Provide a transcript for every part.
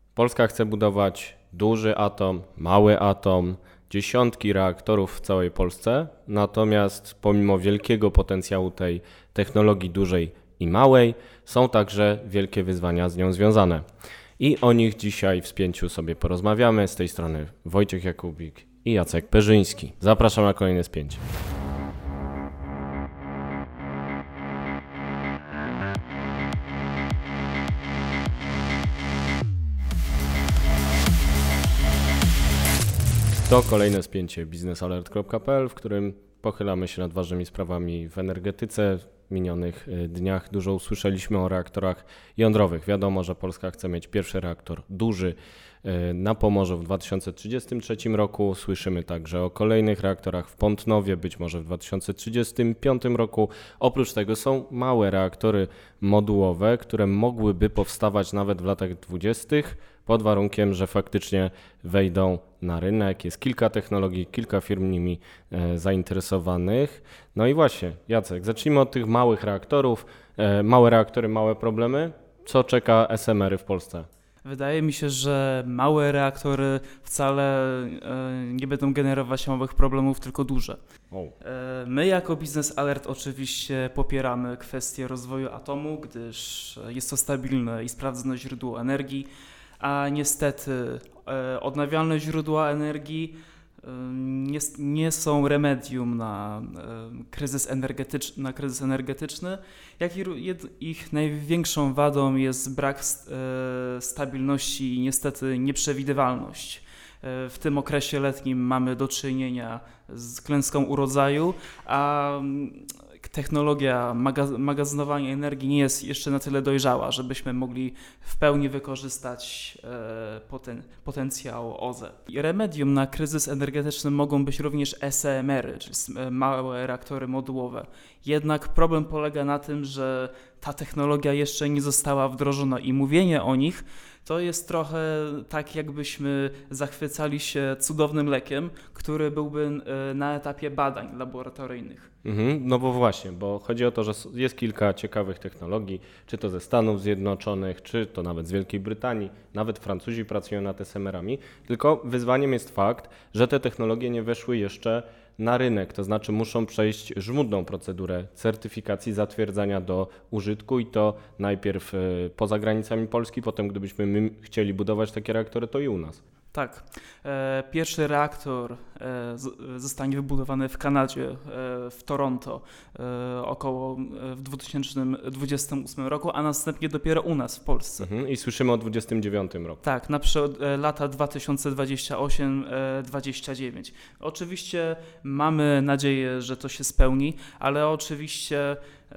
Polska chce budować duży atom, mały atom, dziesiątki reaktorów w całej Polsce, natomiast pomimo wielkiego potencjału tej technologii dużej i małej, są także wielkie wyzwania z nią związane. I o nich dzisiaj w spięciu sobie porozmawiamy. Z tej strony Wojciech Jakubik i Jacek Perzyński. Zapraszam na kolejne spięcie. To kolejne spięcie biznesalert.pl, w którym pochylamy się nad ważnymi sprawami w energetyce. W minionych dniach dużo usłyszeliśmy o reaktorach jądrowych. Wiadomo, że Polska chce mieć pierwszy reaktor duży na Pomorzu w 2033 roku. Słyszymy także o kolejnych reaktorach w Pątnowie, być może w 2035 roku. Oprócz tego są małe reaktory modułowe, które mogłyby powstawać nawet w latach 20. pod warunkiem, że faktycznie wejdą na rynek. Jest kilka technologii, kilka firm nimi zainteresowanych. No i właśnie, Jacek, zacznijmy od tych małych reaktorów. Małe reaktory, małe problemy. Co czeka SMR-y w Polsce? Wydaje mi się, że małe reaktory wcale nie będą generować małych problemów, tylko duże. My jako Biznes Alert oczywiście popieramy kwestię rozwoju atomu, gdyż jest to stabilne i sprawdzone źródło energii, a niestety odnawialne źródła energii nie są remedium na kryzys energetyczny, jak i ich największą wadą jest brak stabilności i niestety nieprzewidywalność. W tym okresie letnim mamy do czynienia z klęską urodzaju, a technologia magazynowania energii nie jest jeszcze na tyle dojrzała, żebyśmy mogli w pełni wykorzystać potencjał OZE. Remedium na kryzys energetyczny mogą być również SMR-y, czyli małe reaktory modułowe. Jednak problem polega na tym, że ta technologia jeszcze nie została wdrożona i mówienie o nich to jest trochę tak, jakbyśmy zachwycali się cudownym lekiem, który byłby na etapie badań laboratoryjnych. No bo właśnie, bo chodzi o to, że jest kilka ciekawych technologii, czy to ze Stanów Zjednoczonych, czy to nawet z Wielkiej Brytanii, nawet Francuzi pracują nad SMR-ami, tylko wyzwaniem jest fakt, że te technologie nie weszły jeszcze na rynek, to znaczy muszą przejść żmudną procedurę certyfikacji, zatwierdzania do użytku i to najpierw poza granicami Polski, potem gdybyśmy my chcieli budować takie reaktory, to i u nas. Tak. Pierwszy reaktor zostanie wybudowany w Kanadzie, w Toronto, około w 2028 roku, a następnie dopiero u nas w Polsce. I słyszymy o 2029 roku. Tak, na przykład lata 2028-2029. Oczywiście mamy nadzieję, że to się spełni, ale oczywiście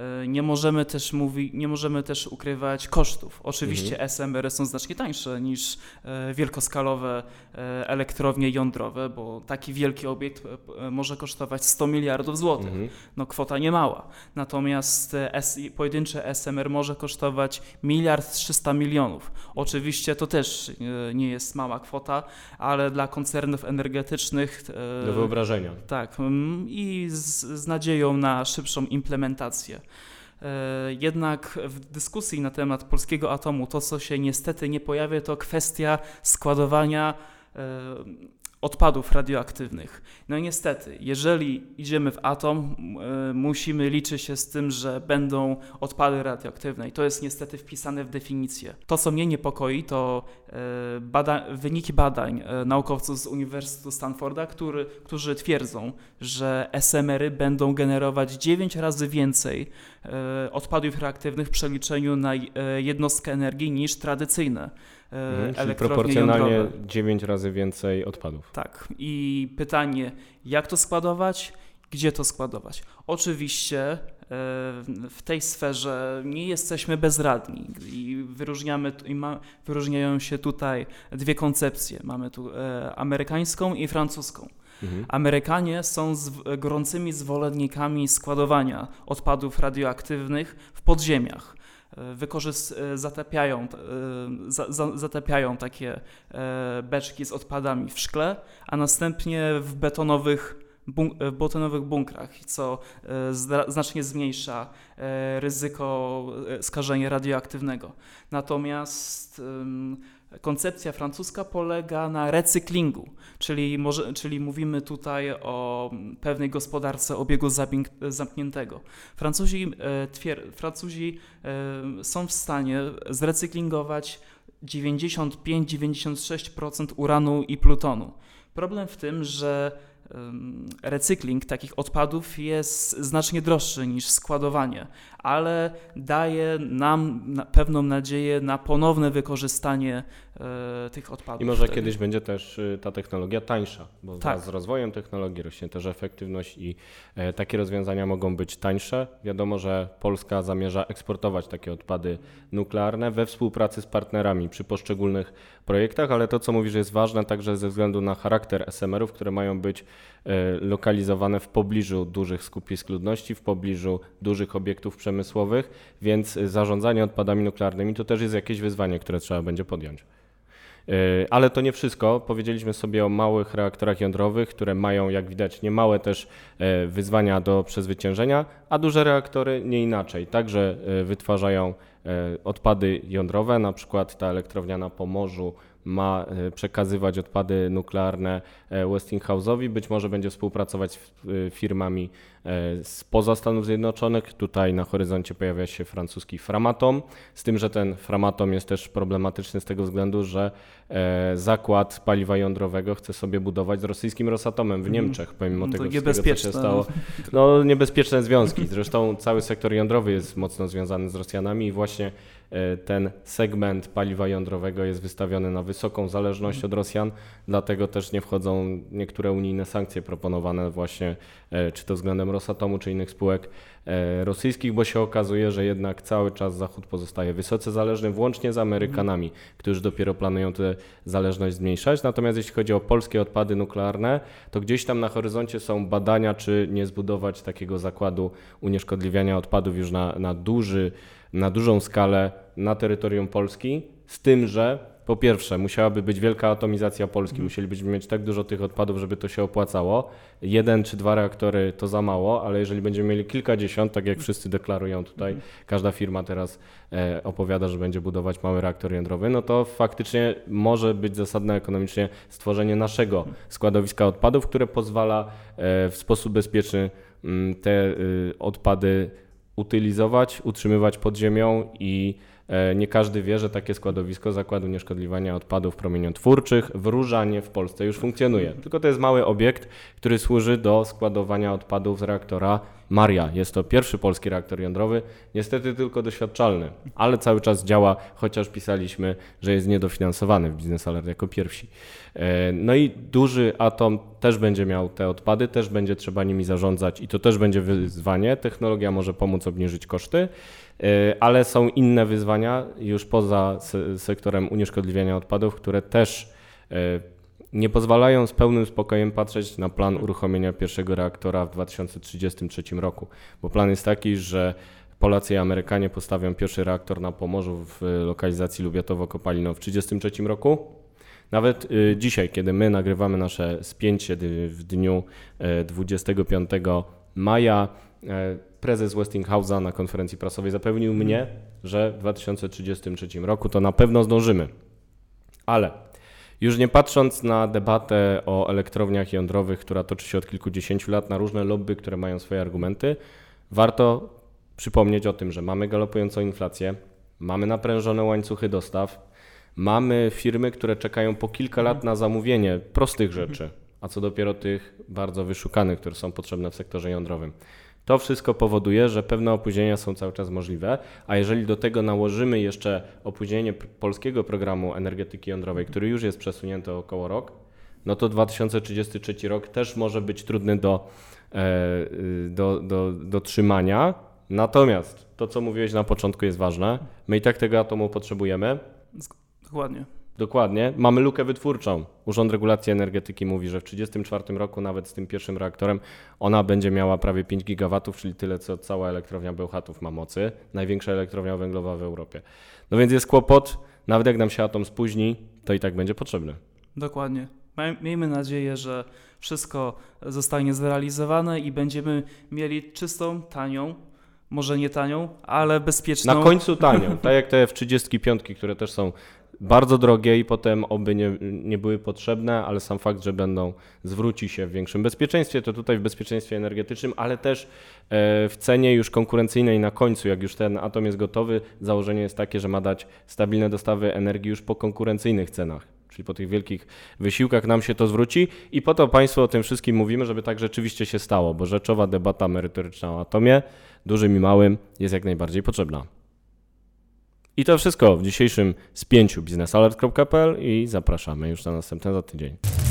nie możemy też ukrywać kosztów. Oczywiście SMR-y są znacznie tańsze niż wielkoskalowe elektrownie jądrowe, bo taki wielki obiekt może kosztować 100 miliardów złotych. No kwota nie mała. Natomiast pojedynczy SMR może kosztować 1,3 miliardów. Oczywiście to też nie jest mała kwota, ale dla koncernów energetycznych do wyobrażenia. Tak, i z nadzieją na szybszą implementację. Jednak w dyskusji na temat polskiego atomu to, co się niestety nie pojawia, to kwestia składowania odpadów radioaktywnych. No i niestety, jeżeli idziemy w atom, musimy liczyć się z tym, że będą odpady radioaktywne i to jest niestety wpisane w definicję. To, co mnie niepokoi, to wyniki badań naukowców z Uniwersytetu Stanforda, którzy twierdzą, że SMR-y będą generować 9 razy więcej odpadów radioaktywnych w przeliczeniu na jednostkę energii niż tradycyjne czyli proporcjonalnie jądrowe. 9 razy więcej odpadów. Tak. I pytanie, jak to składować? Gdzie to składować? Oczywiście w tej sferze nie jesteśmy bezradni i wyróżniają się tutaj dwie koncepcje. Mamy tu amerykańską i francuską. Amerykanie są gorącymi zwolennikami składowania odpadów radioaktywnych w podziemiach. Zatapiają takie beczki z odpadami w szkle, a następnie w betonowych bunkrach, co znacznie zmniejsza ryzyko skażenia radioaktywnego. Natomiast Koncepcja francuska polega na recyklingu, czyli mówimy tutaj o pewnej gospodarce obiegu zamkniętego. Francuzi są w stanie zrecyklingować 95-96% uranu i plutonu. Problem w tym, że recykling takich odpadów jest znacznie droższy niż składowanie, ale daje nam pewną nadzieję na ponowne wykorzystanie tych odpadów. I może kiedyś będzie też ta technologia tańsza, bo wraz z rozwojem technologii rośnie też efektywność i takie rozwiązania mogą być tańsze. Wiadomo, że Polska zamierza eksportować takie odpady nuklearne we współpracy z partnerami przy poszczególnych projektach, ale to, co mówisz, jest ważne także ze względu na charakter SMR-ów, które mają być lokalizowane w pobliżu dużych skupisk ludności, w pobliżu dużych obiektów przemysłowych, więc zarządzanie odpadami nuklearnymi to też jest jakieś wyzwanie, które trzeba będzie podjąć. Ale to nie wszystko. Powiedzieliśmy sobie o małych reaktorach jądrowych, które mają, jak widać, niemałe też wyzwania do przezwyciężenia, a duże reaktory nie inaczej. Także wytwarzają odpady jądrowe, na przykład ta elektrownia na Pomorzu ma przekazywać odpady nuklearne Westinghouse'owi, być może będzie współpracować z firmami spoza Stanów Zjednoczonych. Tutaj na horyzoncie pojawia się francuski Framatome, z tym, że ten Framatome jest też problematyczny z tego względu, że zakład paliwa jądrowego chce sobie budować z rosyjskim Rosatomem w Niemczech, pomimo tego wszystkiego, co się stało. No, niebezpieczne związki. Zresztą cały sektor jądrowy jest mocno związany z Rosjanami i właśnie ten segment paliwa jądrowego jest wystawiony na wysoką zależność od Rosjan, dlatego też nie wchodzą niektóre unijne sankcje proponowane właśnie czy to względem Rosatomu, czy innych spółek rosyjskich, bo się okazuje, że jednak cały czas Zachód pozostaje wysoce zależny, włącznie z Amerykanami, którzy dopiero planują tę zależność zmniejszać. Natomiast jeśli chodzi o polskie odpady nuklearne, to gdzieś tam na horyzoncie są badania, czy nie zbudować takiego zakładu unieszkodliwiania odpadów już na dużą skalę na terytorium Polski, z tym, że po pierwsze musiałaby być wielka atomizacja Polski, musielibyśmy mieć tak dużo tych odpadów, żeby to się opłacało. 1 czy 2 reaktory to za mało, ale jeżeli będziemy mieli kilkadziesiąt, tak jak wszyscy deklarują tutaj, każda firma teraz opowiada, że będzie budować mały reaktor jądrowy, no to faktycznie może być zasadne ekonomicznie stworzenie naszego składowiska odpadów, które pozwala w sposób bezpieczny te odpady utylizować, utrzymywać pod ziemią i nie każdy wie, że takie składowisko zakładu unieszkodliwiania odpadów promieniotwórczych w Różanie w Polsce już funkcjonuje. Tylko to jest mały obiekt, który służy do składowania odpadów z reaktora Maria. Jest to pierwszy polski reaktor jądrowy, niestety tylko doświadczalny, ale cały czas działa, chociaż pisaliśmy, że jest niedofinansowany w Business Alert jako pierwsi. No i duży atom też będzie miał te odpady, też będzie trzeba nimi zarządzać i to też będzie wyzwanie. Technologia może pomóc obniżyć koszty, ale są inne wyzwania już poza sektorem unieszkodliwiania odpadów, które też nie pozwalają z pełnym spokojem patrzeć na plan uruchomienia pierwszego reaktora w 2033 roku, bo plan jest taki, że Polacy i Amerykanie postawią pierwszy reaktor na Pomorzu w lokalizacji Lubiatowo-Kopalino w 1933 roku. Nawet dzisiaj, kiedy my nagrywamy nasze spięcie w dniu 25 maja, prezes Westinghouse'a na konferencji prasowej zapewnił mnie, że w 2033 roku to na pewno zdążymy. Ale już nie patrząc na debatę o elektrowniach jądrowych, która toczy się od kilkudziesięciu lat, na różne lobby, które mają swoje argumenty, warto przypomnieć o tym, że mamy galopującą inflację, mamy naprężone łańcuchy dostaw, mamy firmy, które czekają po kilka lat na zamówienie prostych rzeczy, a co dopiero tych bardzo wyszukanych, które są potrzebne w sektorze jądrowym. To wszystko powoduje, że pewne opóźnienia są cały czas możliwe, a jeżeli do tego nałożymy jeszcze opóźnienie polskiego programu energetyki jądrowej, który już jest przesunięty o około rok, no to 2033 rok też może być trudny do trzymania. Natomiast to, co mówiłeś na początku, jest ważne. My i tak tego atomu potrzebujemy. Dokładnie. Mamy lukę wytwórczą. Urząd Regulacji Energetyki mówi, że w 1934 roku nawet z tym pierwszym reaktorem ona będzie miała prawie 5 gigawatów, czyli tyle, co cała elektrownia Bełchatów ma mocy. Największa elektrownia węglowa w Europie. No więc jest kłopot. Nawet jak nam się atom spóźni, to i tak będzie potrzebny. Dokładnie. Miejmy nadzieję, że wszystko zostanie zrealizowane i będziemy mieli czystą, tanią, może nie tanią, ale bezpieczną. Na końcu tanią, tak jak te F-35, które też są bardzo drogie i potem oby nie były potrzebne, ale sam fakt, że zwróci się w większym bezpieczeństwie, to tutaj w bezpieczeństwie energetycznym, ale też w cenie już konkurencyjnej na końcu, jak już ten atom jest gotowy, założenie jest takie, że ma dać stabilne dostawy energii już po konkurencyjnych cenach. Czyli po tych wielkich wysiłkach nam się to zwróci i po to Państwu o tym wszystkim mówimy, żeby tak rzeczywiście się stało, bo rzeczowa debata merytoryczna o atomie, dużym i małym, jest jak najbardziej potrzebna. I to wszystko w dzisiejszym spięciu biznesalert.pl i zapraszamy już na następne za tydzień.